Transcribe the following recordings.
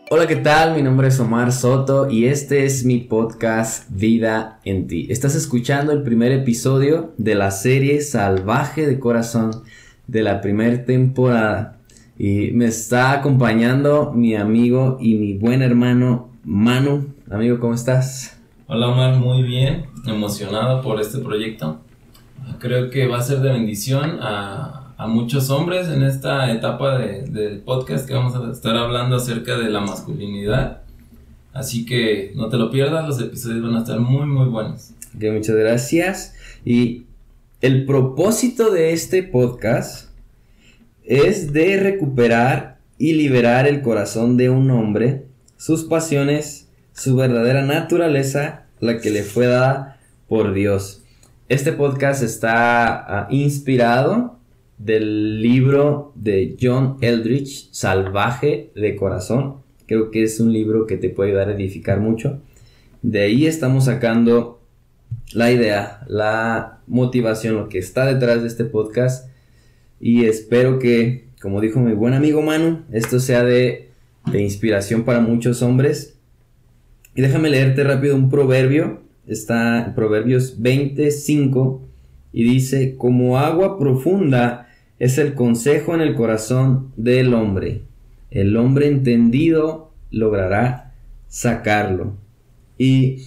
Hola, ¿qué tal? Mi nombre es Omar Soto y este es mi podcast Vida en Ti. Estás escuchando el primer episodio de la serie Salvaje de Corazón de la primera temporada. Y me está acompañando mi amigo y mi buen hermano Manu. Amigo, ¿cómo estás? Hola Omar, muy bien, emocionado por este proyecto. Creo que va a ser de bendición a muchos hombres en esta etapa del podcast que vamos a estar hablando acerca de la masculinidad. Así que no te lo pierdas, los episodios van a estar muy muy buenos. Okay, muchas gracias. Y el propósito de este podcast es de recuperar y liberar el corazón de un hombre, sus pasiones, su verdadera naturaleza, la que le fue dada por Dios. Este podcast está inspirado del libro de John Eldredge, Salvaje de Corazón. Creo que es un libro que te puede ayudar a edificar mucho. De ahí estamos sacando la idea, la motivación, lo que está detrás de este podcast. Y espero que, como dijo mi buen amigo Manu, esto sea de inspiración para muchos hombres. Y déjame leerte rápido un proverbio. Está en Proverbios 25 y dice: como agua profunda es el consejo en el corazón del hombre. El hombre entendido logrará sacarlo. Y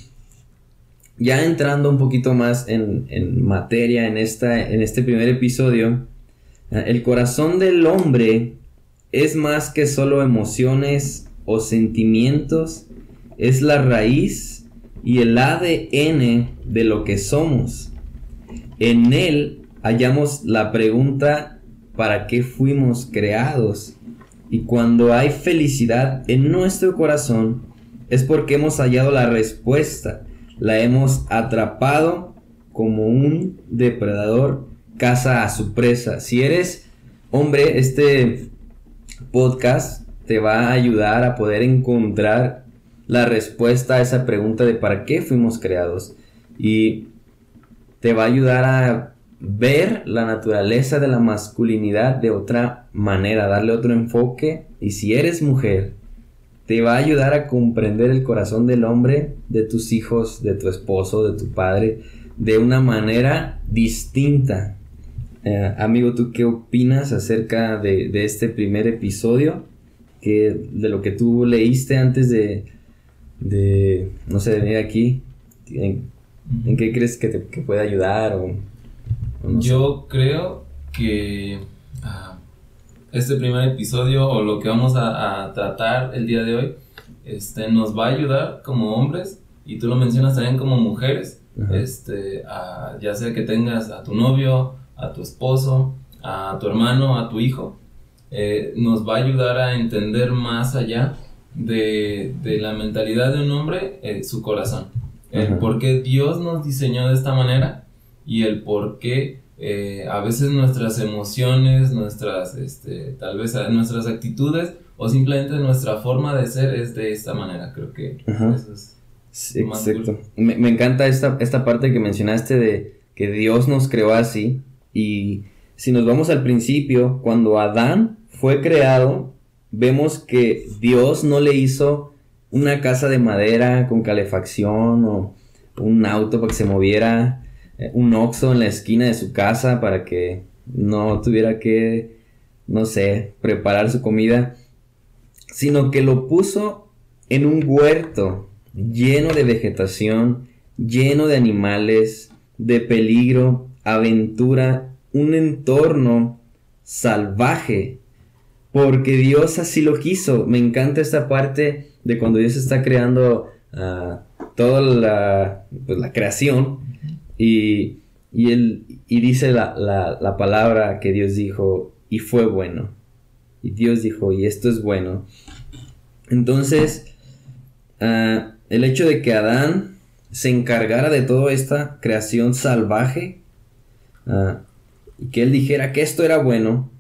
ya entrando un poquito más en materia en este primer episodio, el corazón del hombre es más que solo emociones o sentimientos, es la raíz y el ADN de lo que somos. En él hallamos la pregunta ¿para qué fuimos creados? Y cuando hay felicidad en nuestro corazón es porque hemos hallado la respuesta, la hemos atrapado como un depredador caza a su presa. Si eres hombre, este podcast te va a ayudar a poder encontrar la respuesta a esa pregunta de para qué fuimos creados, y te va a ayudar a ver la naturaleza de la masculinidad de otra manera, darle otro enfoque. Y si eres mujer, te va a ayudar a comprender el corazón del hombre, de tus hijos, de tu esposo, de tu padre, de una manera distinta. Amigo, ¿tú qué opinas acerca de este primer episodio? De lo que tú leíste antes de no sé, de venir aquí. ¿En qué crees que que puede ayudar? Yo creo que este primer episodio, o lo que vamos a tratar el día de hoy, nos va a ayudar como hombres, y tú lo mencionas también como mujeres. Ya sea que tengas a tu novio, a tu esposo, a tu hermano, a tu hijo, nos va a ayudar a entender más allá de la mentalidad de un hombre, su corazón, el por qué Dios nos diseñó de esta manera, y el por qué a veces nuestras emociones, tal vez nuestras actitudes, o simplemente nuestra forma de ser es de esta manera. Creo que eso es más exacto. Me encanta esta parte que mencionaste de que Dios nos creó así. Y si nos vamos al principio, cuando Adán fue creado, vemos que Dios no le hizo una casa de madera con calefacción, o un auto para que se moviera, un Oxxo en la esquina de su casa para que no tuviera que, no sé, preparar su comida, sino que lo puso en un huerto lleno de vegetación, lleno de animales, de peligro, aventura, un entorno salvaje, porque Dios así lo quiso. Me encanta esta parte de cuando Dios está creando toda la creación, y dice la palabra que Dios dijo, y fue bueno. Y Dios dijo, y esto es bueno. Entonces, el hecho de que Adán se encargara de toda esta creación salvaje, y que él dijera que esto era bueno,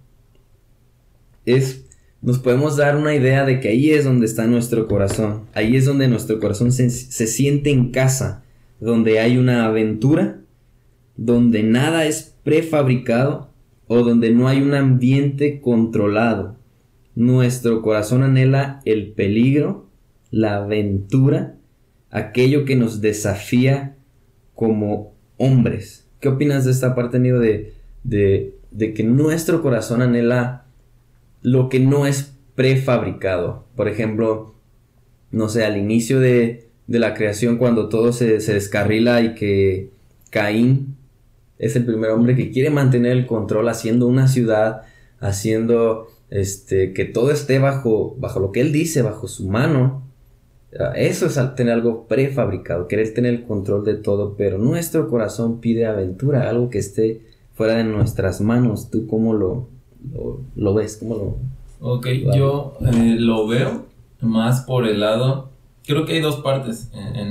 nos podemos dar una idea de que ahí es donde está nuestro corazón. Ahí es donde nuestro corazón se siente en casa, donde hay una aventura, donde nada es prefabricado, o donde no hay un ambiente controlado. nuestro corazón anhela el peligro, la aventura, aquello que nos desafía como hombres. ¿Qué opinas de esta parte, amigo, de que nuestro corazón anhela lo que no es prefabricado? Por ejemplo, no sé, al inicio de la creación, cuando todo se descarrila y que Caín es el primer hombre que quiere mantener el control, haciendo una ciudad, haciendo que todo esté bajo lo que él dice, bajo su mano. Eso es tener algo prefabricado, querer tener el control de todo, pero nuestro corazón pide aventura, algo que esté fuera de nuestras manos. ¿Tú cómo lo ves? ¿Cómo lo...? Ok, yo lo veo más por el lado... Creo que hay dos partes en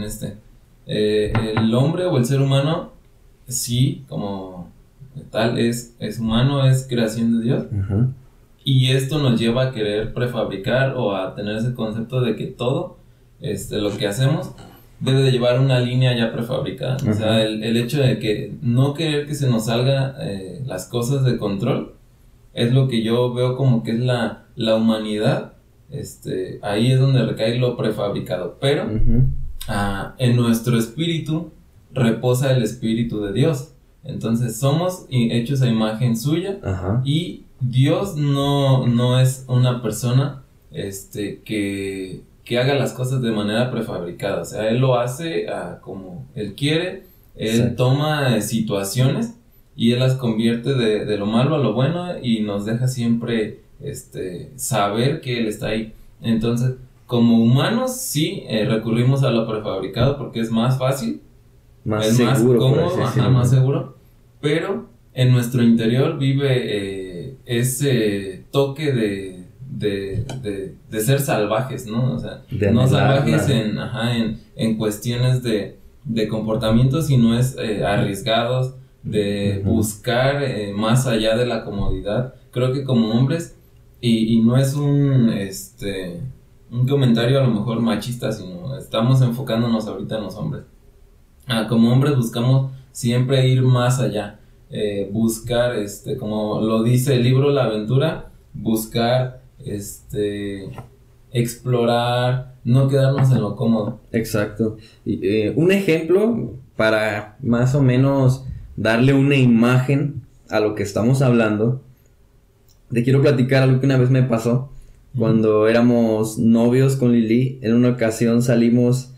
el hombre o el ser humano, sí, como tal, es humano, es creación de Dios. Uh-huh. Y esto nos lleva a querer prefabricar o a tener ese concepto de que todo lo que hacemos debe de llevar una línea ya prefabricada. Uh-huh. O sea, el hecho de que no querer que se nos salga las cosas de control es lo que yo veo como que es la humanidad. Ahí es donde recae lo prefabricado, pero uh-huh. En nuestro espíritu reposa el espíritu de Dios. Entonces somos hechos a imagen suya. Uh-huh. Y Dios no es una persona que haga las cosas de manera prefabricada. O sea, Él lo hace como Él quiere. Él Exacto. Toma situaciones y Él las convierte de lo malo a lo bueno, y nos deja siempre saber que Él está ahí. Entonces, como humanos, sí, recurrimos a lo prefabricado porque es más fácil, más es seguro, más cómodo, más seguro, pero en nuestro interior vive ese toque de ser salvajes, ¿no? O sea, no salvajes en cuestiones de comportamiento, sino es arriesgados, de uh-huh. buscar más allá de la comodidad. Creo que como hombres, y no es un comentario a lo mejor machista, sino estamos enfocándonos ahorita en los hombres. Como hombres buscamos siempre ir más allá, buscar, como lo dice el libro La Aventura, buscar, explorar, no quedarnos en lo cómodo. Exacto. Un ejemplo para más o menos darle una imagen a lo que estamos hablando. Te quiero platicar algo que una vez me pasó cuando éramos novios con Lili. En una ocasión salimos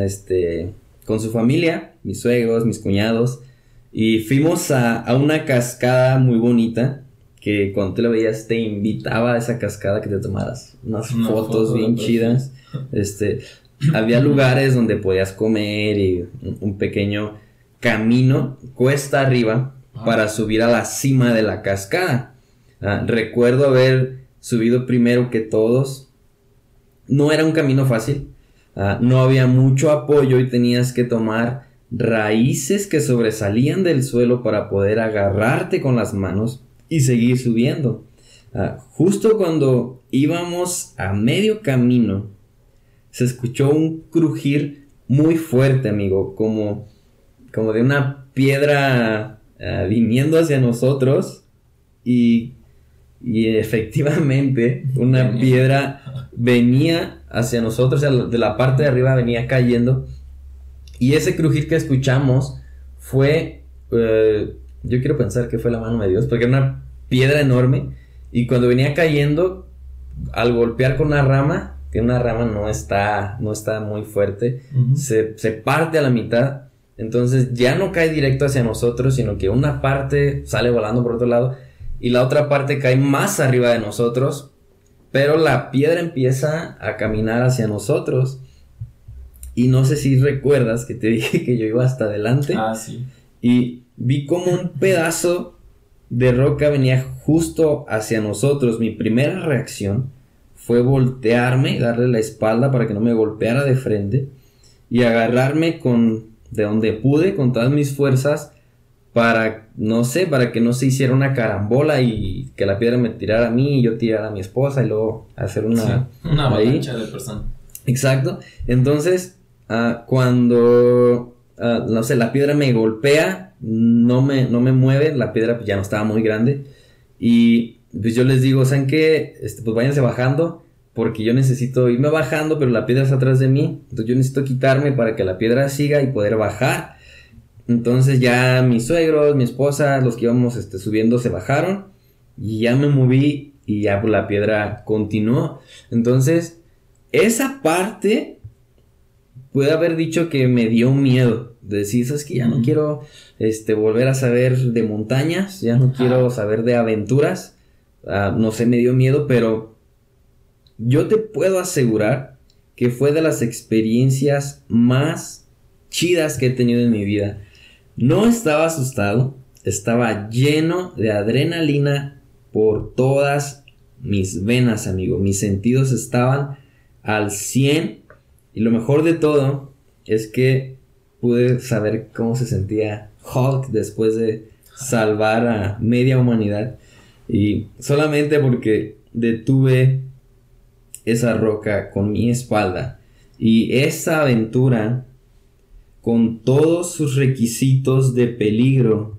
con su familia, mis suegros, mis cuñados, y fuimos a una cascada muy bonita que cuando te la veías te invitaba a esa cascada que te tomaras unas fotos bien chidas. Había lugares donde podías comer y un pequeño camino cuesta arriba para subir a la cima de la cascada. Recuerdo haber subido primero que todos. No era un camino fácil, no había mucho apoyo y tenías que tomar raíces que sobresalían del suelo para poder agarrarte con las manos y seguir subiendo. Justo cuando íbamos a medio camino se escuchó un crujir muy fuerte, amigo, como de una piedra viniendo hacia nosotros, y efectivamente una piedra venía hacia nosotros, o sea, de la parte de arriba venía cayendo, y ese crujir que escuchamos fue, yo quiero pensar que fue la mano de Dios, porque era una piedra enorme, y cuando venía cayendo, al golpear con una rama, que una rama no está muy fuerte, uh-huh. se parte a la mitad. Entonces ya no cae directo hacia nosotros, sino que una parte sale volando por otro lado y la otra parte cae más arriba de nosotros, pero la piedra empieza a caminar hacia nosotros. Y no sé si recuerdas que te dije que yo iba hasta adelante. Sí. Y vi como un pedazo de roca venía justo hacia nosotros. Mi primera reacción fue voltearme y darle la espalda para que no me golpeara de frente y agarrarme de donde pude, con todas mis fuerzas, para que no se hiciera una carambola y que la piedra me tirara a mí y yo tirara a mi esposa y luego hacer una avalancha de personas. Exacto. Entonces, cuando la piedra me golpea, no me mueve, la piedra ya no estaba muy grande, y pues yo les digo, ¿saben qué? Pues váyanse bajando, porque yo necesito irme bajando, pero la piedra está atrás de mí. Entonces yo necesito quitarme para que la piedra siga y poder bajar. Entonces ya mis suegros, mi esposa, los que íbamos subiendo se bajaron. Y ya me moví y ya pues, la piedra continuó. Entonces, esa parte puede haber dicho que me dio miedo. De decir, ¿sabes qué? Ya no quiero volver a saber de montañas. Ya no quiero saber de aventuras. No sé, me dio miedo, pero yo te puedo asegurar que fue de las experiencias más chidas que he tenido en mi vida. No estaba asustado, estaba lleno de adrenalina por todas mis venas, amigo. Mis sentidos estaban al 100 y lo mejor de todo es que pude saber cómo se sentía Hulk después de salvar a media humanidad. Y solamente porque detuve esa roca con mi espalda. Y esa aventura, con todos sus requisitos de peligro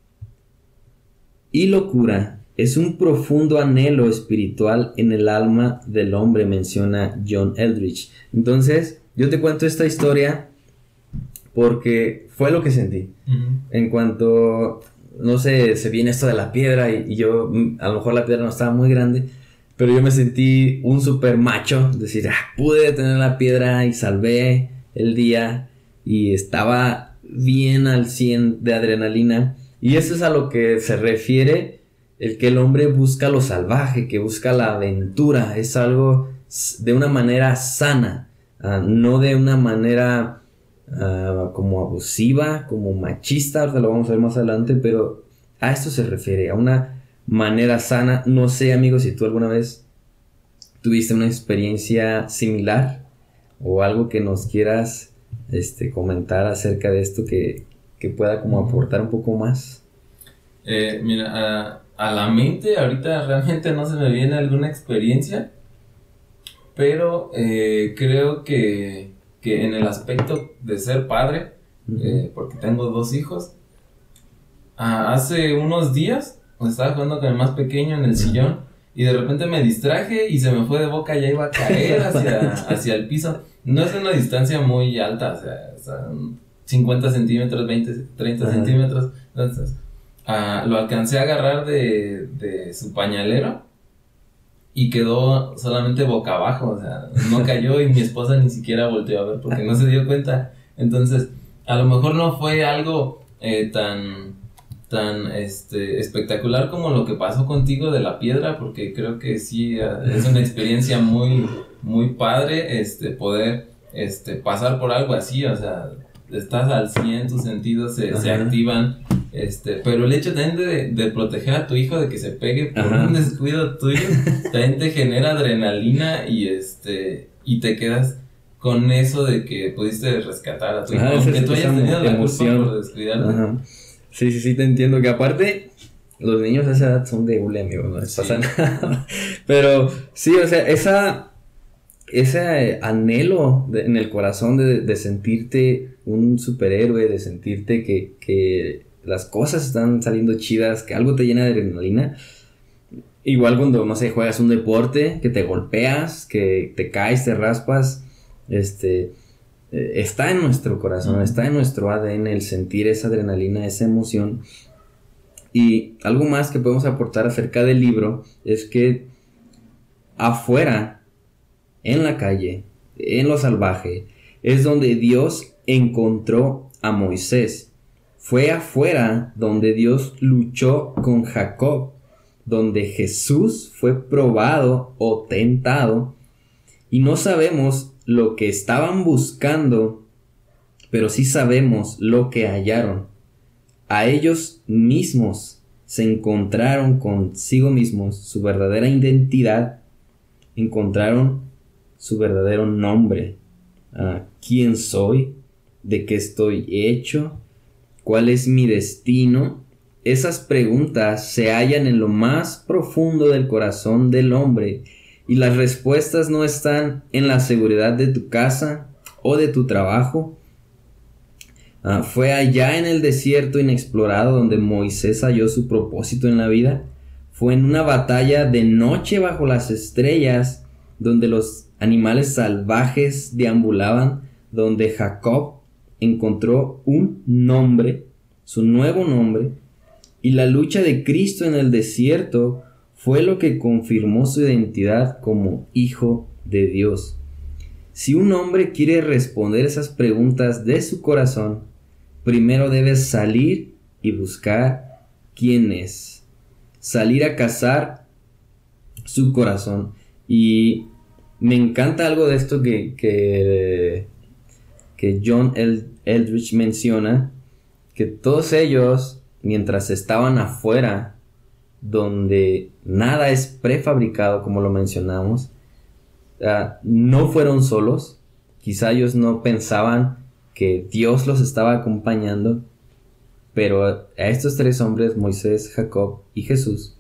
y locura, es un profundo anhelo espiritual en el alma del hombre, menciona John Eldredge. Entonces, yo te cuento esta historia porque fue lo que sentí. En cuanto, no sé, se viene esto de la piedra y yo, a lo mejor la piedra no estaba muy grande, pero yo me sentí un super macho, decir, pude detener la piedra y salvé el día y estaba bien al 100 de adrenalina. Y eso es a lo que se refiere el que el hombre busca lo salvaje, que busca la aventura. Es algo de una manera sana, no de una manera como abusiva, como machista. Ahorita lo vamos a ver más adelante, pero a esto se refiere, a una manera sana. No sé, amigos, si tú alguna vez tuviste una experiencia similar o algo que nos quieras comentar acerca de esto que pueda como aportar un poco más. Mira, a la mente ahorita realmente no se me viene alguna experiencia, pero creo que en el aspecto de ser padre, porque tengo 2 hijos, hace unos días estaba jugando con el más pequeño en el sillón y de repente me distraje y se me fue de boca, ya iba a caer hacia el piso. No es una distancia muy alta, o sea 50 centímetros, 20, 30 centímetros. Entonces, lo alcancé a agarrar de su pañalero y quedó solamente boca abajo, o sea, no cayó y mi esposa ni siquiera volteó a ver porque no se dio cuenta. Entonces, a lo mejor no fue algo tan espectacular como lo que pasó contigo de la piedra, porque creo que sí es una experiencia muy, muy padre poder pasar por algo así, o sea, estás al 100, tus sentidos se activan, pero el hecho también de proteger a tu hijo de que se pegue por un descuido tuyo, también te genera adrenalina y te quedas con eso de que pudiste rescatar a tu hijo, aunque tú hayas tenido la culpa por descuidarte. Sí, te entiendo, que aparte los niños a esa edad son de hule, amigo, no les pasa nada. Pero sí, o sea, ese anhelo en el corazón de sentirte un superhéroe, de sentirte que las cosas están saliendo chidas, que algo te llena de adrenalina. Igual cuando, no sé, juegas un deporte, que te golpeas, que te caes, te raspas, está en nuestro corazón, está en nuestro ADN el sentir esa adrenalina, esa emoción. Y algo más que podemos aportar acerca del libro es que afuera, en la calle, en lo salvaje, es donde Dios encontró a Moisés. Fue afuera donde Dios luchó con Jacob, donde Jesús fue probado o tentado. Y no sabemos lo que estaban buscando, pero sí sabemos lo que hallaron. A ellos mismos se encontraron consigo mismos su verdadera identidad, encontraron su verdadero nombre. ¿Quién soy? ¿De qué estoy hecho? ¿Cuál es mi destino? Esas preguntas se hallan en lo más profundo del corazón del hombre. Y las respuestas no están en la seguridad de tu casa o de tu trabajo. Fue allá en el desierto inexplorado donde Moisés halló su propósito en la vida. Fue en una batalla de noche bajo las estrellas, donde los animales salvajes deambulaban, donde Jacob encontró un nombre, su nuevo nombre, y la lucha de Cristo en el desierto fue lo que confirmó su identidad como hijo de Dios. Si un hombre quiere responder esas preguntas de su corazón, primero debe salir y buscar quién es. Salir a cazar su corazón. Y me encanta algo de esto que John Eldridge menciona, que todos ellos, mientras estaban afuera, donde nada es prefabricado, como lo mencionamos, no fueron solos. Quizá ellos no pensaban que Dios los estaba acompañando, pero a estos tres hombres, Moisés, Jacob y Jesús,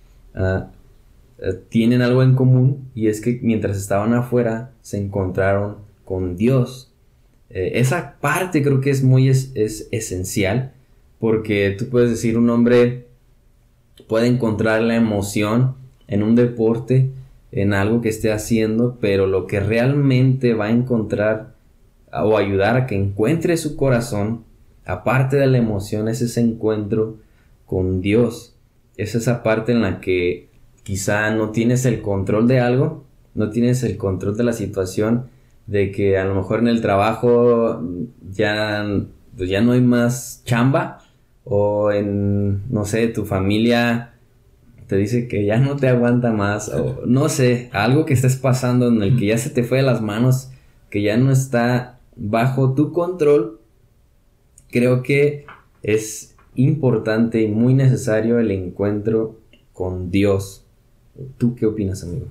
tienen algo en común, y es que mientras estaban afuera se encontraron con Dios. Esa parte creo que es muy es esencial, porque tú puedes decir, un hombre puede encontrar la emoción en un deporte, en algo que esté haciendo, pero lo que realmente va a encontrar o ayudar a que encuentre su corazón, aparte de la emoción, es ese encuentro con Dios. Es esa parte en la que quizá no tienes el control de algo, no tienes el control de la situación, de que a lo mejor en el trabajo ya no hay más chamba, o en, no sé, tu familia te dice que ya no te aguanta más, o no sé, algo que estés pasando en el que ya se te fue de las manos, que ya no está bajo tu control. Creo que es importante y muy necesario el encuentro con Dios. ¿Tú qué opinas, amigo?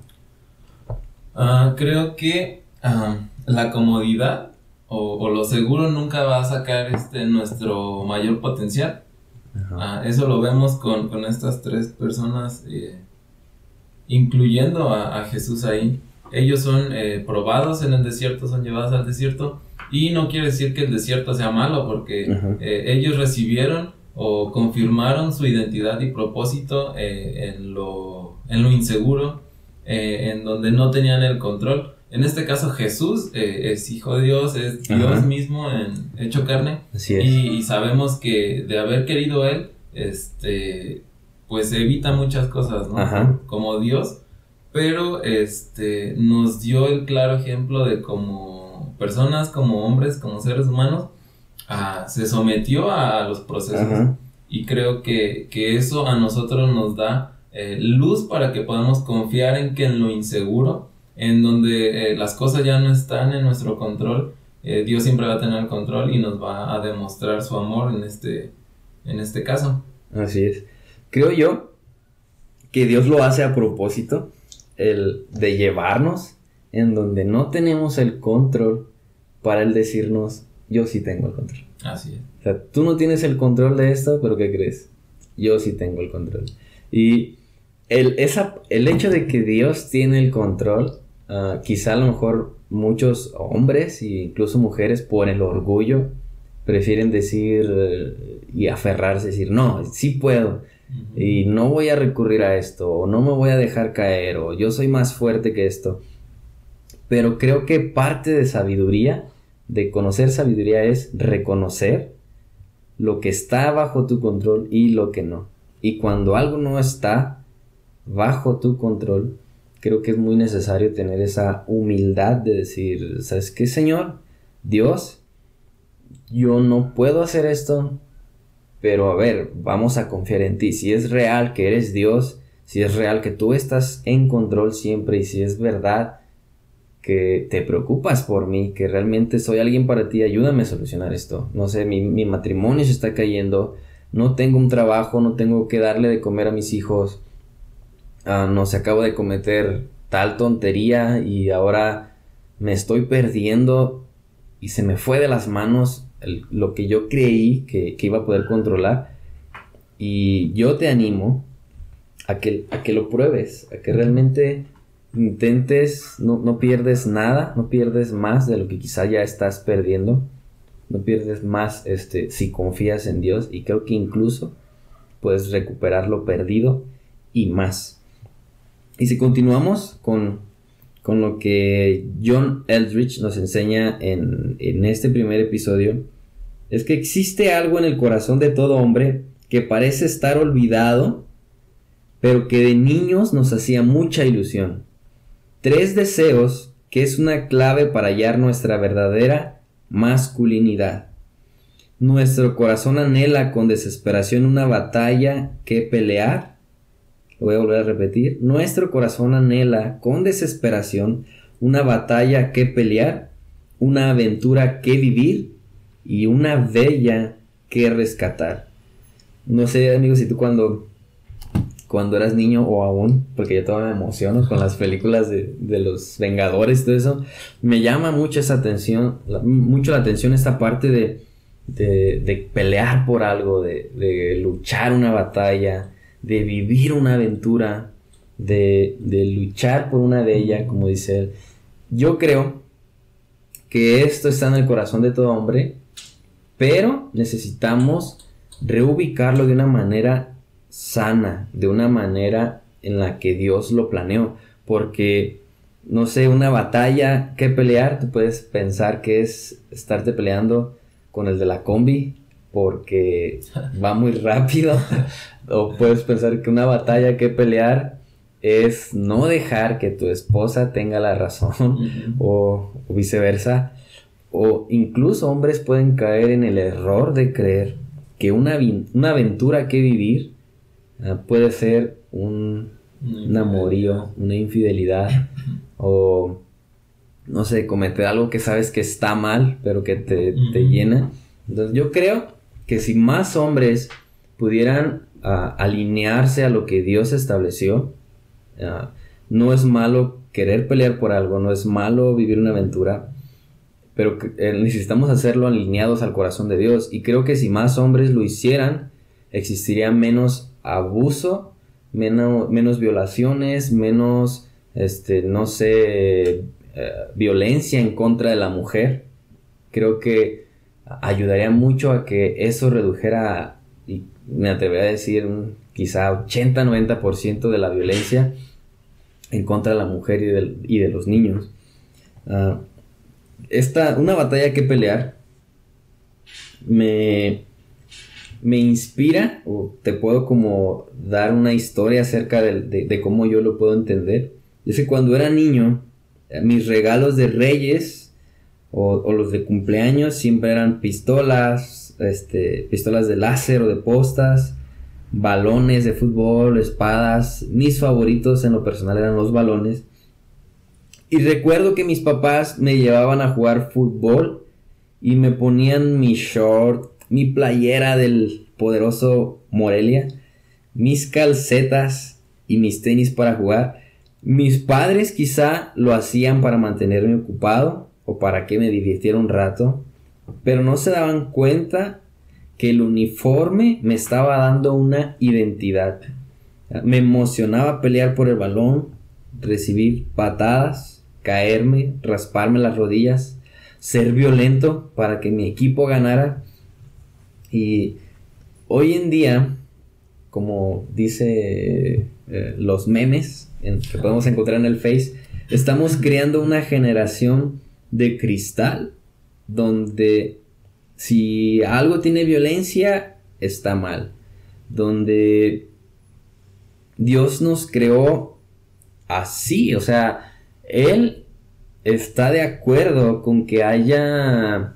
Creo que la comodidad o lo seguro nunca va a sacar nuestro mayor potencial. Eso lo vemos con estas tres personas, incluyendo a Jesús ahí. Ellos son probados en el desierto, son llevados al desierto, y no quiere decir que el desierto sea malo, porque ellos recibieron o confirmaron su identidad y propósito en lo inseguro, en donde no tenían el control. En este caso Jesús es hijo de Dios, es Dios mismo hecho carne. Así es. Y sabemos que de haber querido él, pues evita muchas cosas, ¿no? Como Dios, pero nos dio el claro ejemplo de como personas, como hombres, como seres humanos, se sometió a los procesos. Y creo que eso a nosotros nos da luz para que podamos confiar en que en lo inseguro, en donde las cosas ya no están en nuestro control, Dios siempre va a tener el control y nos va a demostrar su amor en este caso. Así es. Creo yo que Dios lo hace a propósito, el de llevarnos en donde no tenemos el control, para él decirnos, yo sí tengo el control. Así es. O sea, tú no tienes el control de esto, pero ¿qué crees? Yo sí tengo el control. Y el hecho de que Dios tiene el control, quizá a lo mejor muchos hombres e incluso mujeres, por el orgullo, prefieren decir y aferrarse, decir, no, sí puedo, y no voy a recurrir a esto, o no me voy a dejar caer, o yo soy más fuerte que esto. Pero creo que parte de sabiduría, de conocer sabiduría, es reconocer lo que está bajo tu control y lo que no. Y cuando algo no está bajo tu control, creo que es muy necesario tener esa humildad de decir, ¿sabes qué, Señor? Dios, yo no puedo hacer esto, pero a ver, vamos a confiar en ti. Si es real que eres Dios, si es real que tú estás en control siempre, y si es verdad que te preocupas por mí, que realmente soy alguien para ti, ayúdame a solucionar esto. No sé, mi matrimonio se está cayendo, no tengo un trabajo, no tengo que darle de comer a mis hijos, no sé, acabo de cometer tal tontería y ahora me estoy perdiendo y se me fue de las manos lo que yo creí que iba a poder controlar. Y yo te animo a que lo pruebes, a que realmente intentes, no pierdes nada, no pierdes más de lo que quizá ya estás perdiendo, no pierdes más si confías en Dios, y creo que incluso puedes recuperar lo perdido y más. Y si continuamos con lo que John Eldredge nos enseña en este primer episodio, es que existe algo en el corazón de todo hombre que parece estar olvidado, pero que de niños nos hacía mucha ilusión. 3 deseos que es una clave para hallar nuestra verdadera masculinidad. Nuestro corazón anhela con desesperación una batalla que pelear. Lo voy a volver a repetir. Nuestro corazón anhela con desesperación una batalla que pelear, una aventura que vivir y una bella que rescatar. No sé, amigos, si tú cuando eras niño o aún, porque yo todavía me emociono con las películas de los Vengadores y todo eso, me llama mucho esa atención, mucho la atención esta parte de pelear por algo, de luchar una batalla, de vivir una aventura, de luchar por una bella, como dice él. Yo creo que esto está en el corazón de todo hombre, pero necesitamos reubicarlo de una manera sana, de una manera en la que Dios lo planeó, porque no sé, una batalla que pelear, tú puedes pensar que es estarte peleando con el de la combi porque va muy rápido, o puedes pensar que una batalla que pelear es no dejar que tu esposa tenga la razón, o viceversa, o incluso hombres pueden caer en el error de creer que una aventura que vivir puede ser un amorío, una infidelidad, o no sé, cometer algo que sabes que está mal, pero que te llena. Entonces yo creo que si más hombres pudieran alinearse a lo que Dios estableció, no es malo querer pelear por algo, no es malo vivir una aventura, pero necesitamos hacerlo alineados al corazón de Dios. Y creo que si más hombres lo hicieran, existiría menos abuso, menos violaciones, menos, no sé, violencia en contra de la mujer. Creo que ayudaría mucho a que eso redujera, y me atrevería a decir, quizá 80-90% de la violencia en contra de la mujer y de los niños. Una batalla que pelear me inspira, o te puedo como dar una historia acerca de cómo yo lo puedo entender. Yo sé, cuando era niño, mis regalos de Reyes o los de cumpleaños siempre eran pistolas de láser o de postas, balones de fútbol, espadas. Mis favoritos en lo personal eran los balones. Y recuerdo que mis papás me llevaban a jugar fútbol y me ponían mi short, mi playera del poderoso Morelia, mis calcetas y mis tenis para jugar. Mis padres quizá lo hacían para mantenerme ocupado o para que me divirtiera un rato, pero no se daban cuenta que el uniforme me estaba dando una identidad. Me emocionaba pelear por el balón, recibir patadas, caerme, rasparme las rodillas, ser violento para que mi equipo ganara. Y hoy en día, como dice los memes que podemos encontrar en el Face, estamos creando una generación de cristal donde si algo tiene violencia, está mal. Donde Dios nos creó así, o sea, Él está de acuerdo con que haya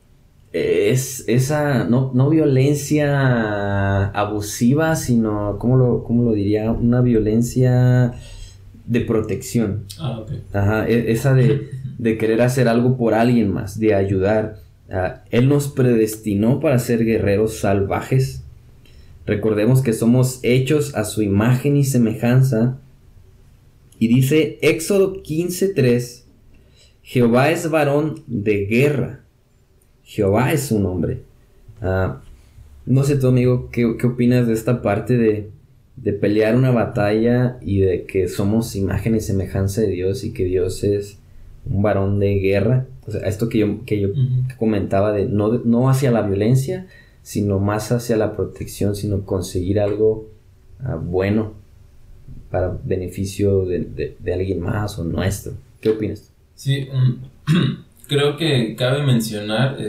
esa no violencia abusiva, sino, ¿cómo lo diría? Una violencia de protección. Okay. Ajá, esa de querer hacer algo por alguien más, de ayudar. Él nos predestinó para ser guerreros salvajes. Recordemos que somos hechos a su imagen y semejanza. Y dice Éxodo 15:3: Jehová es varón de guerra, Jehová es su nombre. No sé tú, amigo, ¿qué opinas de esta parte de pelear una batalla y de que somos imagen y semejanza de Dios y que Dios es un varón de guerra? O sea, esto que yo comentaba de no hacia la violencia, sino más hacia la protección, sino conseguir algo bueno. para beneficio de alguien más o nuestro. ¿Qué opinas? Sí, creo que cabe mencionar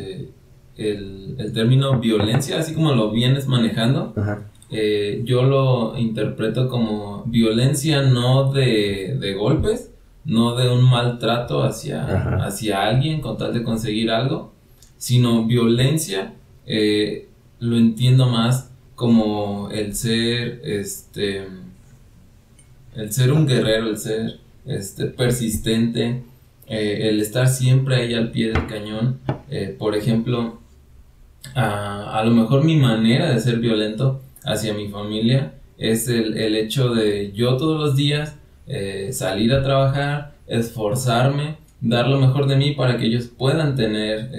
el término violencia, así como lo vienes manejando. Ajá. Yo lo interpreto como violencia no de golpes, no de un maltrato hacia alguien con tal de conseguir algo, sino violencia, lo entiendo más como el ser un guerrero, el ser persistente, el estar siempre ahí al pie del cañón. Por ejemplo, a lo mejor mi manera de ser violento hacia mi familia es el hecho de yo todos los días salir a trabajar, esforzarme, dar lo mejor de mí para que ellos puedan tener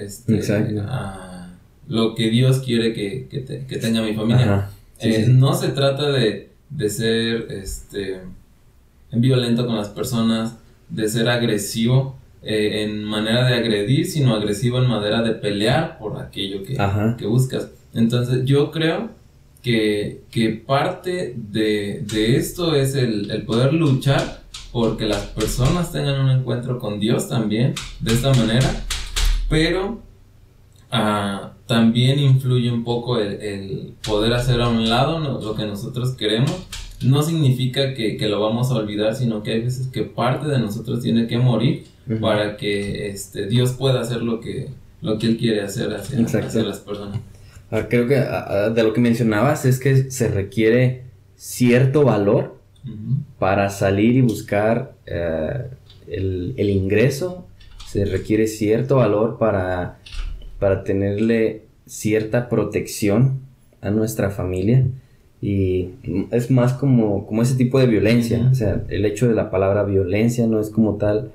lo que Dios quiere que tenga mi familia. Sí. No se trata de ser violento con las personas, de ser agresivo en manera de agredir, sino agresivo en manera de pelear por aquello que buscas. Entonces yo creo que parte de esto es el poder luchar porque las personas tengan un encuentro con Dios también de esta manera, pero también influye un poco el poder hacer a un lado lo que nosotros queremos. No significa que lo vamos a olvidar, sino que hay veces que parte de nosotros tiene que morir para que Dios pueda hacer lo que Él quiere hacer hacia las personas. Creo que de lo que mencionabas es que se requiere cierto valor para salir y buscar el ingreso. Se requiere cierto valor para tenerle cierta protección a nuestra familia. Y es más como ese tipo de violencia. O sea, el hecho de la palabra violencia no es como tal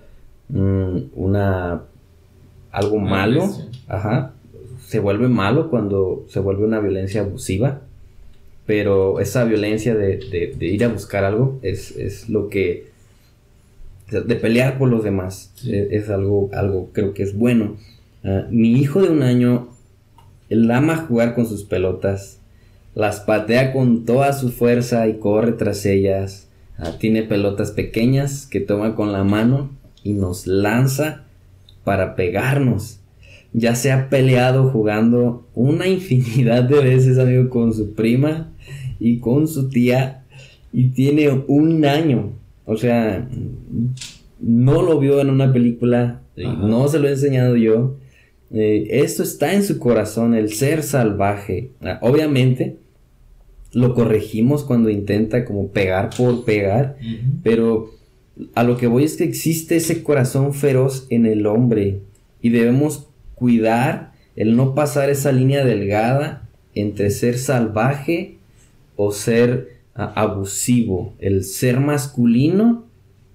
algo malo. Se vuelve malo cuando se vuelve una violencia abusiva, pero esa violencia de ir a buscar algo es lo que, de pelear por los demás, es algo creo que es bueno. Mi hijo de 1 año, él ama jugar con sus pelotas, las patea con toda su fuerza y corre tras ellas. Tiene pelotas pequeñas que toma con la mano y nos lanza para pegarnos. Ya se ha peleado jugando una infinidad de veces, amigo, con su prima y con su tía, y tiene 1 año. O sea, no lo vio en una película, no se lo he enseñado yo. Esto está en su corazón, el ser salvaje. Obviamente lo corregimos cuando intenta como pegar por pegar, pero a lo que voy es que existe ese corazón feroz en el hombre y debemos cuidar el no pasar esa línea delgada entre ser salvaje o ser abusivo. El ser masculino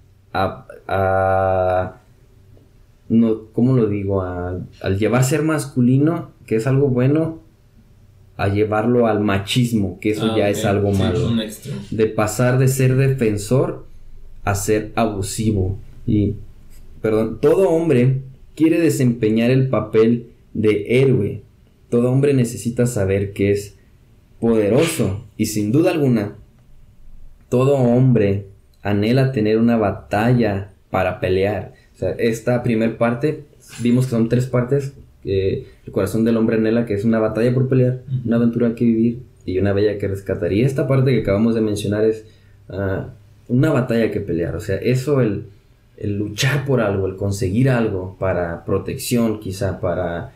no, ¿cómo lo digo? Al llevar ser masculino, que es algo bueno, a llevarlo al machismo, que eso ya es algo malo. De pasar de ser defensor a ser abusivo. Y, todo hombre quiere desempeñar el papel de héroe. Todo hombre necesita saber que es poderoso. Y sin duda alguna, todo hombre anhela tener una batalla para pelear. O sea, esta primer parte, vimos que son 3 partes. El corazón del hombre anhela, que es una batalla por pelear, una aventura que vivir y una bella que rescatar. Y esta parte que acabamos de mencionar es una batalla que pelear. O sea, eso, el luchar por algo, el conseguir algo para protección, quizá para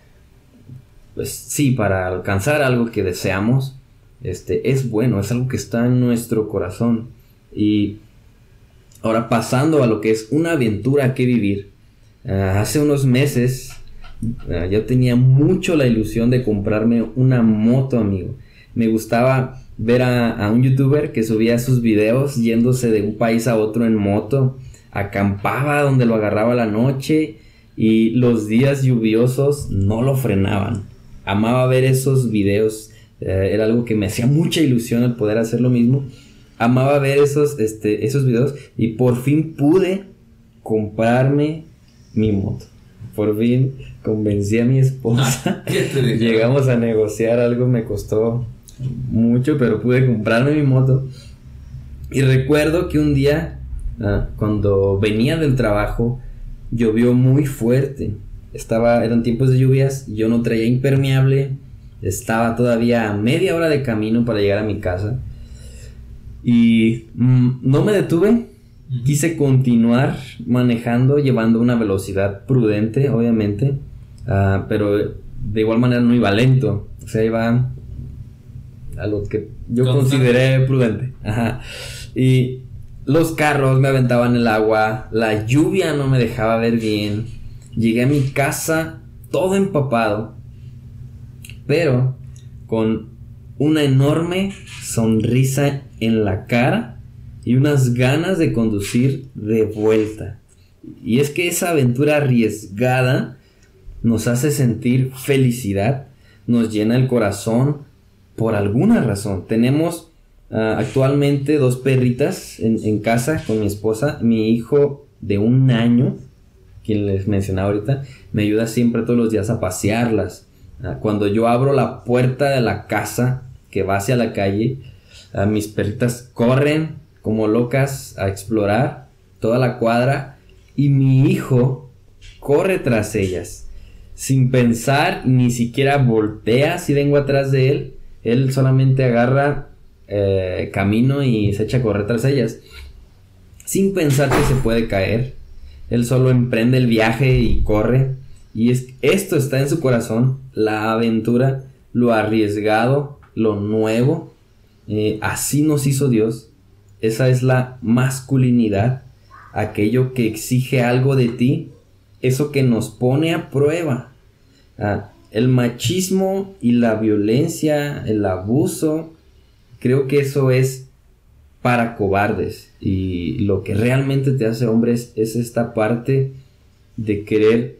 alcanzar algo que deseamos, es bueno, es algo que está en nuestro corazón. Y ahora, pasando a lo que es una aventura que vivir, hace unos meses yo tenía mucho la ilusión de comprarme una moto, amigo. Me gustaba ver a un youtuber que subía sus videos yéndose de un país a otro en moto. Acampaba donde lo agarraba la noche y los días lluviosos no lo frenaban. Amaba ver esos videos. Era algo que me hacía mucha ilusión el poder hacer lo mismo. Amaba ver esos videos y por fin pude comprarme mi moto. Por fin convencí a mi esposa. Llegamos a negociar algo, me costó mucho, pero pude comprarme mi moto. Y recuerdo que un día, cuando venía del trabajo, llovió muy fuerte. Eran tiempos de lluvias, yo no traía impermeable, estaba todavía a media hora de camino para llegar a mi casa. Y no me detuve, quise continuar manejando, llevando una velocidad prudente, obviamente, pero de igual manera no iba lento, o sea, iba a lo que yo consideré prudente. Ajá. Y los carros me aventaban el agua, la lluvia no me dejaba ver bien. Llegué a mi casa todo empapado, pero con una enorme sonrisa en la cara y unas ganas de conducir de vuelta. Y es que esa aventura arriesgada nos hace sentir felicidad, nos llena el corazón por alguna razón. Tenemos actualmente 2 perritas en casa con mi esposa. Mi hijo de 1 año, quien les mencionaba ahorita, me ayuda siempre todos los días a pasearlas. Cuando yo abro la puerta de la casa que va hacia la calle, mis perritas corren como locas a explorar toda la cuadra y mi hijo corre tras ellas. Sin pensar, ni siquiera voltea si vengo atrás de él. Él solamente agarra camino y se echa a correr tras ellas. Sin pensar que se puede caer. Él solo emprende el viaje y corre. Y esto está en su corazón. La aventura, lo arriesgado, lo nuevo. Así nos hizo Dios. Esa es la masculinidad. Aquello que exige algo de ti. Eso que nos pone a prueba. El machismo y la violencia, el abuso, creo que eso es para cobardes. Y lo que realmente te hace hombre es esta parte de querer,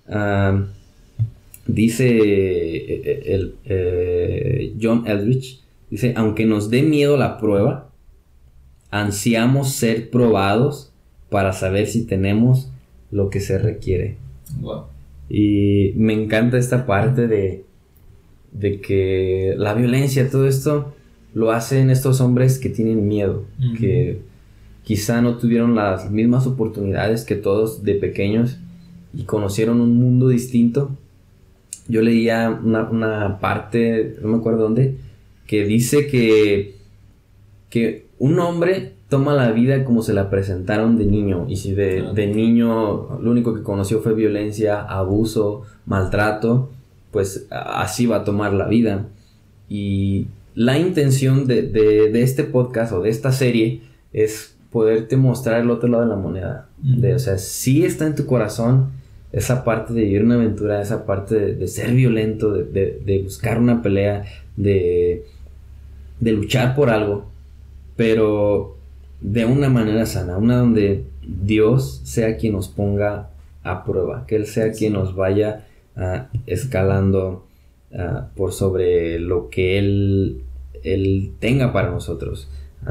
dice John Eldredge, dice, aunque nos dé miedo la prueba, ansiamos ser probados para saber si tenemos lo que se requiere. Wow. Y me encanta esta parte de que la violencia, todo esto lo hacen estos hombres que tienen miedo, que quizá no tuvieron las mismas oportunidades que todos de pequeños y conocieron un mundo distinto. Yo leía una parte, no me acuerdo dónde, que dice que un hombre toma la vida como se la presentaron de niño. Y si de niño lo único que conoció fue violencia, abuso, maltrato, pues así va a tomar la vida. Y la intención de este podcast o de esta serie es poderte mostrar el otro lado de la moneda. O sea, sí está en tu corazón esa parte de vivir una aventura, esa parte de ser violento, de buscar una pelea, de luchar por algo, pero de una manera sana, una donde Dios sea quien nos ponga a prueba, que Él sea quien nos vaya escalando por sobre lo que Él tenga para nosotros.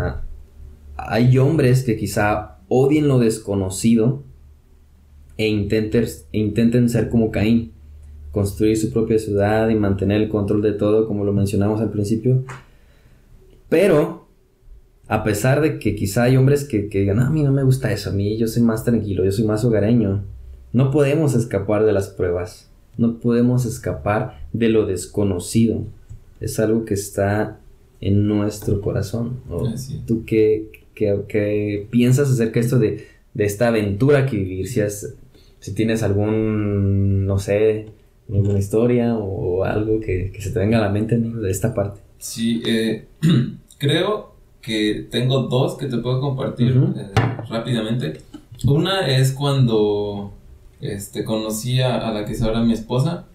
Hay hombres que quizá odien lo desconocido e intenten ser como Caín, construir su propia ciudad y mantener el control de todo, como lo mencionamos al principio. Pero a pesar de que quizá hay hombres que digan, a mí no me gusta eso, a mí yo soy más tranquilo, yo soy más hogareño, no podemos escapar de las pruebas, no podemos escapar de lo desconocido. Es algo que está en nuestro corazón. ¿Tú qué piensas acerca de esto de esta aventura que vivir? Si tienes algún, no sé, alguna historia o algo que se te venga a la mente, amigo, de esta parte. Sí, creo que tengo 2 que te puedo compartir rápidamente. Una es cuando conocí a la que es ahora mi esposa.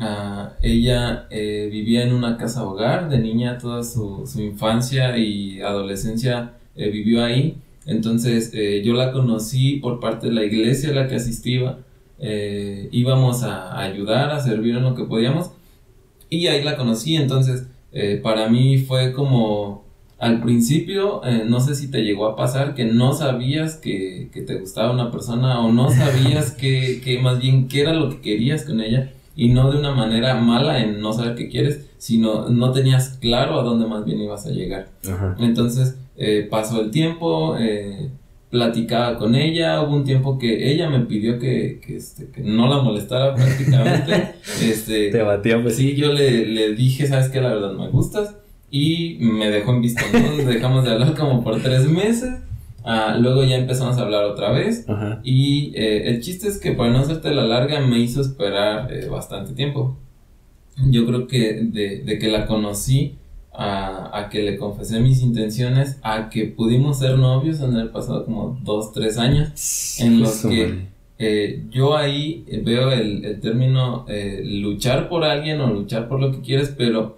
Ella vivía en una casa hogar de niña, toda su infancia y adolescencia vivió ahí. Entonces yo la conocí por parte de la iglesia a la que asistía. Íbamos a ayudar, a servir en lo que podíamos, y ahí la conocí. Entonces para mí fue como, al principio, no sé si te llegó a pasar que no sabías que te gustaba una persona, o no sabías que más bien qué era lo que querías con ella, y no de una manera mala en no saber qué quieres, sino no tenías claro a dónde más bien ibas a llegar. Ajá. Entonces pasó el tiempo, platicaba con ella, hubo un tiempo que ella me pidió que no la molestara prácticamente. Te batía, pues. Sí, yo le dije, ¿sabes qué? La verdad me gustas. Y me dejó en visto, ¿no? Dejamos de hablar como por 3 meses. Luego ya empezamos a hablar otra vez. Ajá. Y el chiste es que, para no hacerte la larga, me hizo esperar bastante tiempo. Yo creo que de que la conocí a que le confesé mis intenciones, a que pudimos ser novios, en el pasado como 2-3 años, en los que yo ahí veo el término luchar por alguien o luchar por lo que quieres, pero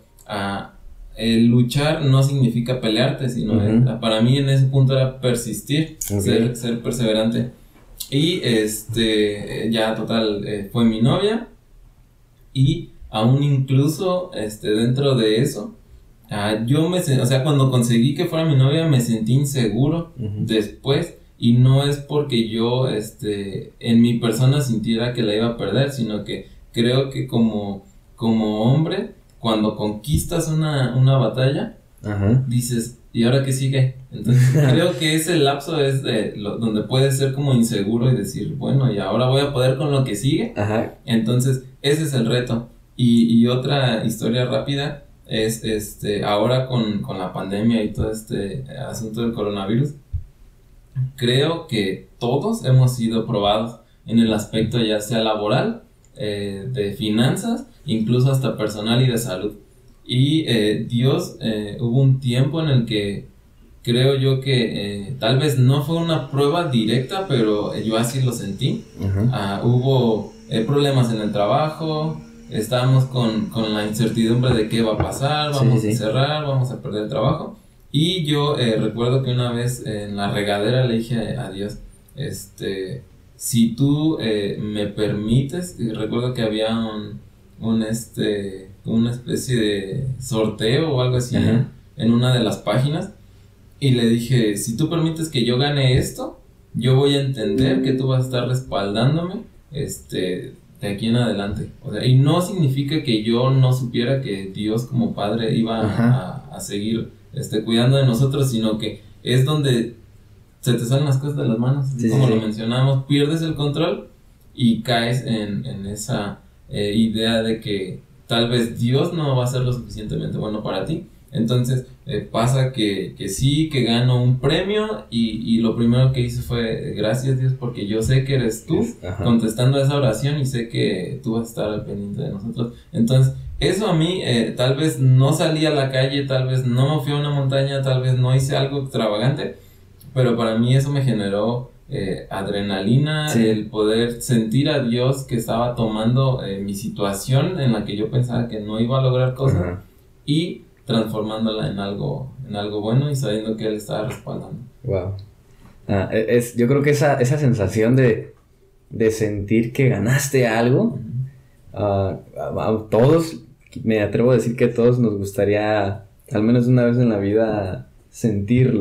el luchar no significa pelearte, sino para mí en ese punto era persistir, ser perseverante. Y ya total, fue mi novia. Y aún incluso dentro de eso, o sea, cuando conseguí que fuera mi novia me sentí inseguro después, y no es porque yo en mi persona sintiera que la iba a perder, sino que creo que como hombre, cuando conquistas una batalla, dices, ¿y ahora qué sigue? Entonces creo que ese lapso es donde puedes ser como inseguro y decir, bueno, y ahora voy a poder con lo que sigue. Entonces ese es el reto. Y otra historia rápida es ahora con la pandemia y todo este asunto del coronavirus, creo que todos hemos sido probados en el aspecto ya sea laboral, de finanzas, incluso hasta personal y de salud. Y Dios, hubo un tiempo en el que creo yo que tal vez no fue una prueba directa, pero yo así lo sentí. Hubo problemas en el trabajo, estábamos con la incertidumbre de qué va a pasar, vamos a cerrar, vamos a perder el trabajo. Y yo recuerdo que una vez en la regadera le dije a Dios, si tú me permites, y recuerdo que había una especie de sorteo o algo así en una de las páginas, y le dije, si tú permites que yo gane esto, yo voy a entender que tú vas a estar respaldándome de aquí en adelante. O sea, y no significa que yo no supiera que Dios como Padre iba a seguir cuidando de nosotros, sino que es donde se te salen las cosas de las manos, como lo mencionamos, pierdes el control y caes en esa idea de que tal vez Dios no va a ser lo suficientemente bueno para ti. Entonces pasa que sí, que gano un premio y lo primero que hice fue gracias Dios, porque yo sé que eres tú contestando esa oración y sé que tú vas a estar al pendiente de nosotros. Entonces eso a mí, tal vez no salí a la calle, tal vez no me fui a una montaña, tal vez no hice algo extravagante, pero para mí eso me generó adrenalina, el poder sentir a Dios que estaba tomando mi situación en la que yo pensaba que no iba a lograr cosas y transformándola en algo bueno y sabiendo que Él estaba respaldando. Wow. Yo creo que esa sensación de sentir que ganaste algo, a todos, me atrevo a decir que a todos nos gustaría, al menos una vez en la vida, sentir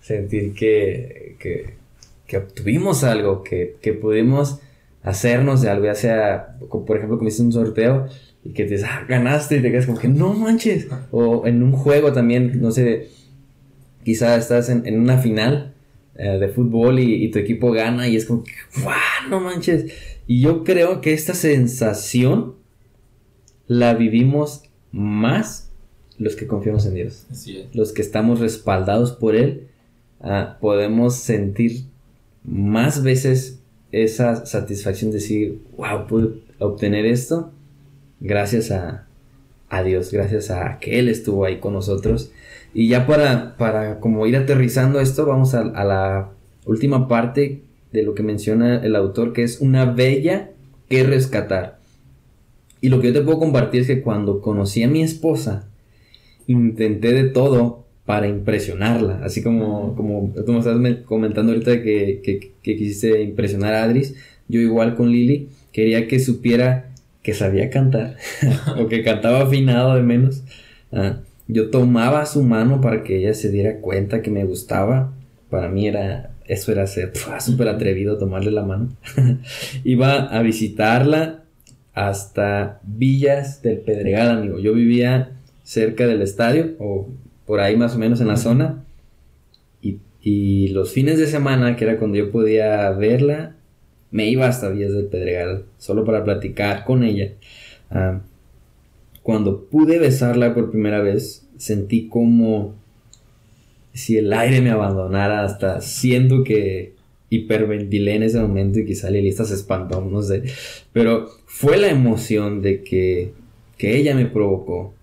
que obtuvimos algo, que pudimos hacernos de algo, ya sea, por ejemplo, como hiciste un sorteo y que te dices, ganaste, y te quedas como que no manches, o en un juego también, no sé, quizá estás en una final de fútbol y tu equipo gana y es como que ¡guau! No manches. Y yo creo que esta sensación la vivimos más los que confiamos en Dios. Así es. Los que estamos respaldados por Él, podemos sentir más veces esa satisfacción de decir, wow, pude obtener esto gracias a Dios, gracias a que Él estuvo ahí con nosotros. Y ya para como ir aterrizando esto, vamos a la última parte de lo que menciona el autor, que es una bella que rescatar. Y lo que yo te puedo compartir es que cuando conocí a mi esposa, intenté de todo para impresionarla, así como tú me estás comentando ahorita que quisiste impresionar a Adris. Yo igual con Lili quería que supiera que sabía cantar o que cantaba afinado de menos. Yo tomaba su mano para que ella se diera cuenta que me gustaba. Para mí eso era ser súper atrevido, tomarle la mano. Iba a visitarla hasta Villas del Pedregal, amigo. Yo vivía cerca del estadio, o por ahí más o menos en la zona. Y los fines de semana, que era cuando yo podía verla, me iba hasta Villas del Pedregal solo para platicar con ella. Cuando pude besarla por primera vez, sentí como si el aire me abandonara, hasta siento que hiperventilé en ese momento y quizá Lilista se espantó, no sé. Pero fue la emoción de que ella me provocó.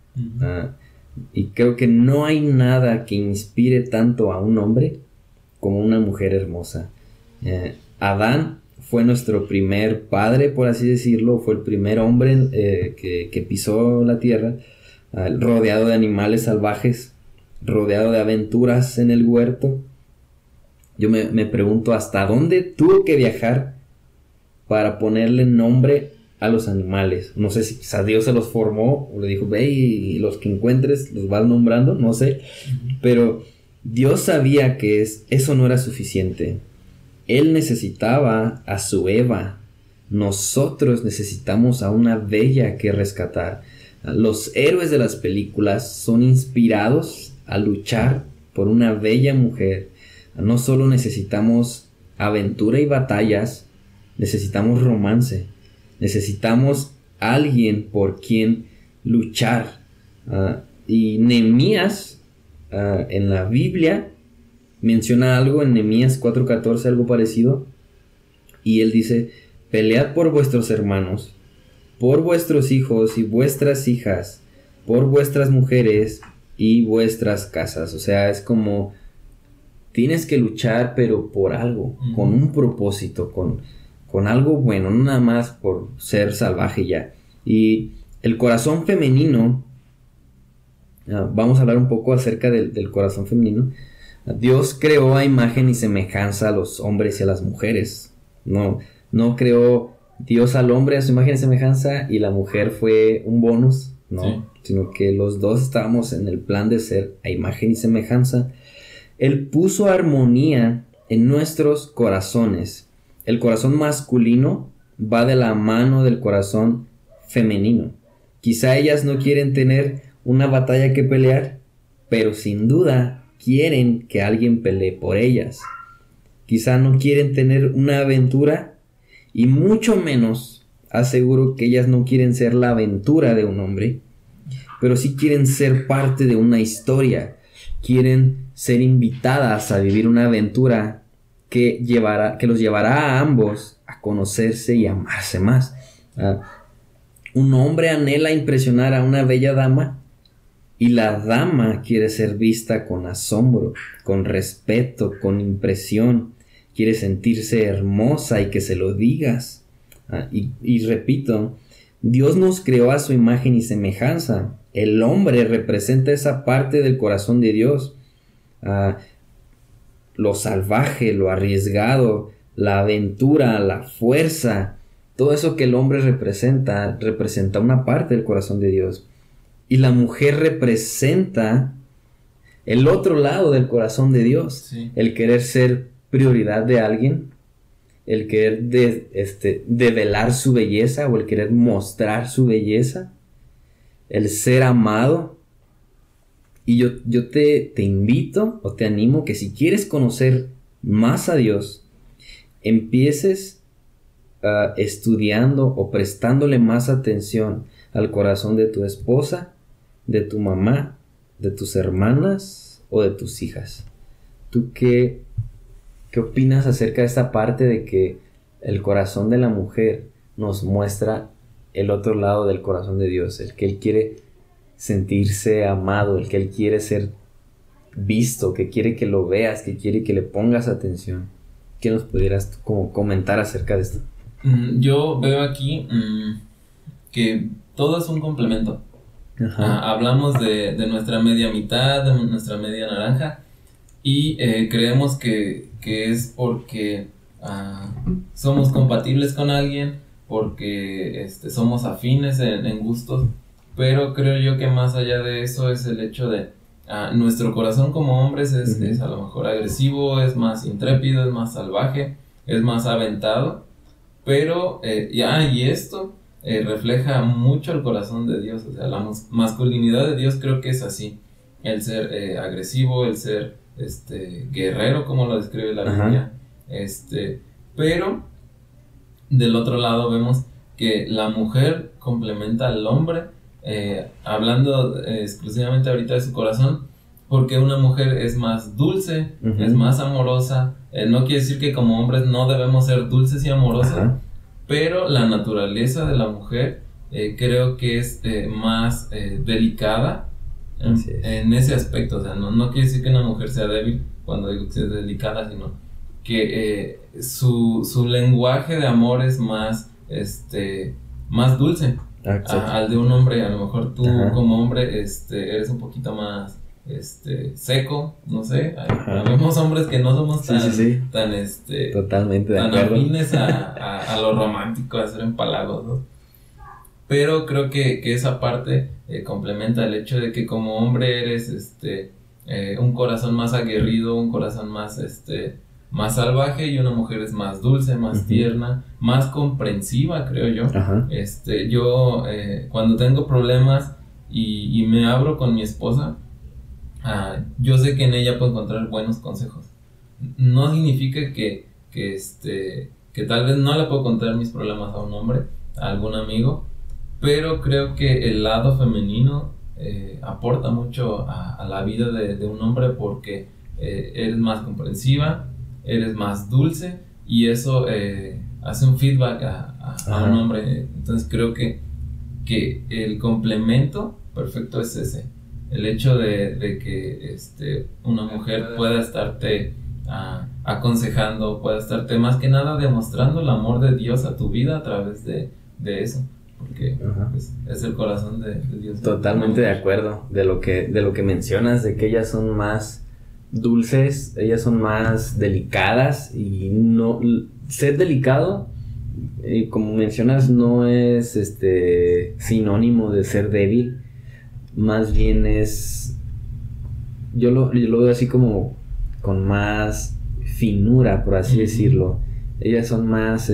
Y creo que no hay nada que inspire tanto a un hombre como una mujer hermosa. Adán fue nuestro primer padre, por así decirlo. Fue el primer hombre que pisó la tierra, rodeado de animales salvajes, rodeado de aventuras en el huerto. Yo me pregunto hasta dónde tuvo que viajar para ponerle nombre a los animales. No sé si quizá Dios se los formó o le dijo, ve y los que encuentres los vas nombrando, no sé. Pero Dios sabía que eso no era suficiente. Él necesitaba a su Eva. Nosotros necesitamos a una bella que rescatar. Los héroes de las películas son inspirados a luchar por una bella mujer. No solo necesitamos aventura y batallas, necesitamos romance. Necesitamos alguien por quien luchar. Y Nehemías, en la Biblia, menciona algo en Nehemías 4:14, algo parecido. Y él dice, pelead por vuestros hermanos, por vuestros hijos y vuestras hijas, por vuestras mujeres y vuestras casas. O sea, es como tienes que luchar, pero por algo, con un propósito, con algo bueno, no nada más por ser salvaje ya. Y el corazón femenino, vamos a hablar un poco acerca del corazón femenino. Dios creó a imagen y semejanza a los hombres y a las mujeres. No creó Dios al hombre a su imagen y semejanza y la mujer fue un bonus, no, sí. Sino que los dos estábamos en el plan de ser a imagen y semejanza. Él puso armonía en nuestros corazones. El corazón masculino va de la mano del corazón femenino. Quizá ellas no quieren tener una batalla que pelear, pero sin duda quieren que alguien pelee por ellas. Quizá no quieren tener una aventura y mucho menos aseguro que ellas no quieren ser la aventura de un hombre, pero sí quieren ser parte de una historia. Quieren ser invitadas a vivir una aventura que los llevará a ambos a conocerse y amarse más. Un hombre anhela impresionar a una bella dama y la dama quiere ser vista con asombro, con respeto, con impresión. Quiere sentirse hermosa y que se lo digas. Y repito, Dios nos creó a su imagen y semejanza. El hombre representa esa parte del corazón de Dios. Lo salvaje, lo arriesgado, la aventura, la fuerza. Todo eso que el hombre representa una parte del corazón de Dios. Y la mujer representa el otro lado del corazón de Dios. Sí. El querer ser prioridad de alguien, el querer develar su belleza o el querer mostrar su belleza, el ser amado. Y yo te invito o te animo que si quieres conocer más a Dios, empieces estudiando o prestándole más atención al corazón de tu esposa, de tu mamá, de tus hermanas o de tus hijas. ¿Tú qué opinas acerca de esta parte de que el corazón de la mujer nos muestra el otro lado del corazón de Dios? El que Él quiere sentirse amado, el que Él quiere ser visto, que quiere que lo veas, que quiere que le pongas atención. ¿Qué nos pudieras como comentar acerca de esto? Yo veo aquí que todo es un complemento. Hablamos de nuestra media mitad, de nuestra media naranja, y creemos que es porque somos compatibles con alguien, porque somos afines en gustos, pero creo yo que más allá de eso es el hecho de nuestro corazón como hombres es a lo mejor agresivo, es más intrépido, es más salvaje, es más aventado, pero y esto refleja mucho el corazón de Dios. O sea, la masculinidad de Dios creo que es así, el ser agresivo, el ser guerrero, como lo describe la Biblia. Pero del otro lado vemos que la mujer complementa al hombre, hablando exclusivamente ahorita de su corazón, porque una mujer es más dulce, es más amorosa. No quiere decir que como hombres no debemos ser dulces y amorosos, pero la naturaleza de la mujer creo que es más delicada en ese aspecto. O sea, no quiere decir que una mujer sea débil cuando digo que sea delicada, sino que su lenguaje de amor es más más dulce al de un hombre. A lo mejor tú como hombre eres un poquito más seco, no sé. Vemos hombres que no somos tan totalmente de tan acuerdo, afines a lo romántico, a ser empalagosos, ¿no? Pero creo que esa parte complementa el hecho de que como hombre eres un corazón más aguerrido, un corazón más más salvaje, y una mujer es más dulce, más tierna, más comprensiva, creo yo. Yo cuando tengo problemas y me abro con mi esposa, yo sé que en ella puedo encontrar buenos consejos. No significa que tal vez no le puedo contar mis problemas a un hombre, a algún amigo, pero creo que el lado femenino aporta mucho a la vida de un hombre, porque eres más comprensiva, eres más dulce, y eso hace un feedback a un hombre. Entonces creo que el complemento perfecto es ese. El hecho de que una mujer pueda estarte aconsejando, pueda estarte más que nada demostrando el amor de Dios a tu vida a través de eso, porque pues, es el corazón de Dios. Totalmente de acuerdo de lo que mencionas, de que ellas son más dulces, ellas son más delicadas, y no ser delicado, como mencionas, no es sinónimo de ser débil. Más bien yo lo veo así como con más finura, por así decirlo. Ellas son más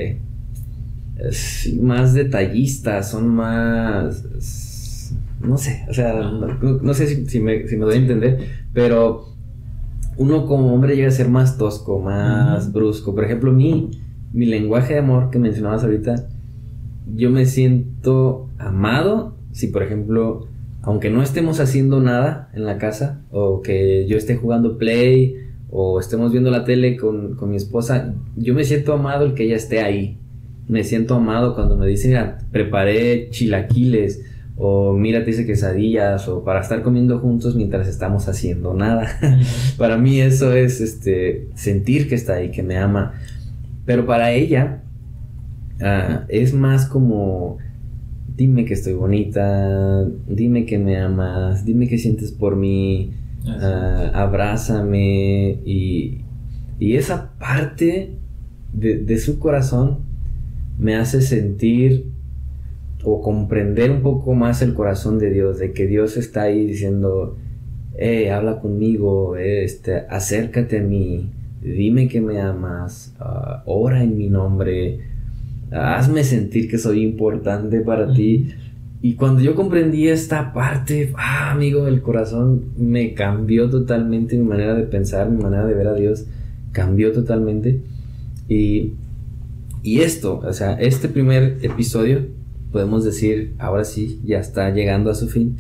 más detallistas, son más, no sé, o sea, no sé si me doy a entender, pero uno como hombre llega a ser más tosco, más brusco. Por ejemplo, mi lenguaje de amor que mencionabas ahorita, yo me siento amado si, por ejemplo, aunque no estemos haciendo nada en la casa, o que yo esté jugando Play, o estemos viendo la tele con mi esposa, yo me siento amado el que ella esté ahí. Me siento amado cuando me dice, mira, preparé chilaquiles, o mira, te hice quesadillas, o para estar comiendo juntos mientras estamos haciendo nada. Para mí eso es sentir que está ahí, que me ama. Pero para ella es más como: dime que estoy bonita, dime que me amas, dime que sientes por mí, abrázame, y esa parte de su corazón me hace sentir o comprender un poco más el corazón de Dios, de que Dios está ahí diciendo: habla conmigo, acércate a mí, dime que me amas, ora en mi nombre, hazme sentir que soy importante para ti. Y cuando yo comprendí esta parte, amigo, el corazón me cambió totalmente, mi manera de pensar, mi manera de ver a Dios cambió totalmente. Y esto, o sea, este primer episodio, podemos decir, ahora sí, ya está llegando a su fin.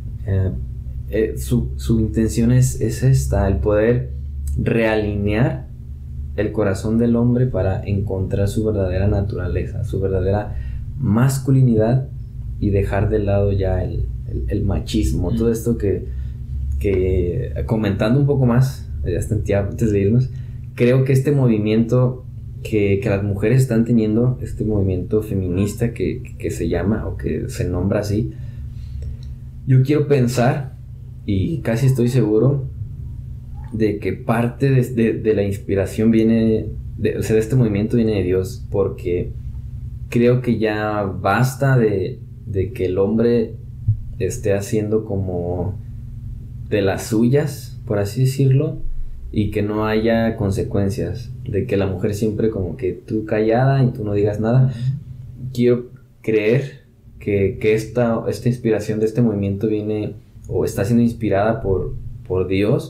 Su intención es esta, el poder realinear el corazón del hombre para encontrar su verdadera naturaleza, su verdadera masculinidad, y dejar de lado ya el machismo. Todo esto que comentando un poco más, ya antes de irnos, creo que este movimiento que las mujeres están teniendo, este movimiento feminista que se llama, o que se nombra así, yo quiero pensar, y casi estoy seguro, de que parte de la inspiración viene, de este movimiento viene de Dios, porque creo que ya basta de que el hombre esté haciendo como de las suyas, por así decirlo, y que no haya consecuencias, de que la mujer siempre como que tú callada y tú no digas nada. Quiero creer que esta inspiración de este movimiento viene, o está siendo inspirada por Dios,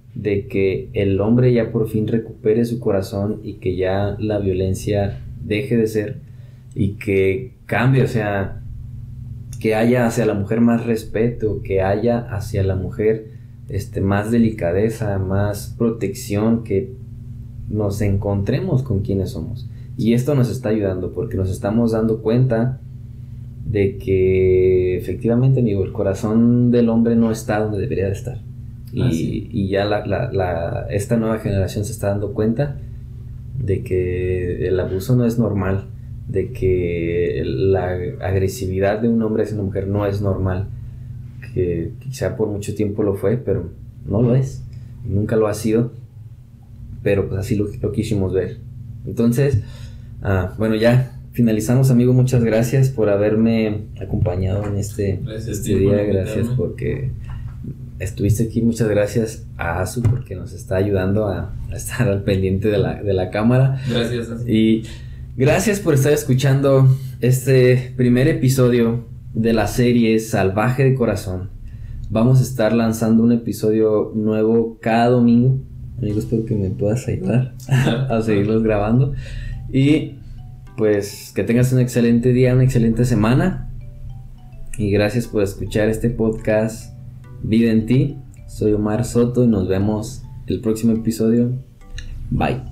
de que el hombre ya por fin recupere su corazón y que ya la violencia deje de ser y que cambie, o sea, que haya hacia la mujer más respeto, que haya hacia la mujer más delicadeza, más protección, que nos encontremos con quienes somos. Y esto nos está ayudando porque nos estamos dando cuenta de que efectivamente, amigo, el corazón del hombre no está donde debería de estar. Y ya esta nueva generación se está dando cuenta de que el abuso no es normal, de que la agresividad de un hombre hacia una mujer no es normal, que quizá por mucho tiempo lo fue, pero no lo es, nunca lo ha sido, pero pues así lo quisimos ver. Entonces, bueno, ya finalizamos, amigo. Muchas gracias por haberme acompañado en este día. Gracias porque estuviste aquí. Muchas gracias a Asu porque nos está ayudando a estar al pendiente de la cámara. Gracias, Asu. Y gracias por estar escuchando este primer episodio de la serie Salvaje de Corazón. Vamos a estar lanzando un episodio nuevo cada domingo. Amigo, espero que me puedas ayudar a seguirlos grabando. Y pues que tengas un excelente día, una excelente semana. Y gracias por escuchar este podcast Vida en Ti. Soy Omar Soto y nos vemos el próximo episodio. Bye.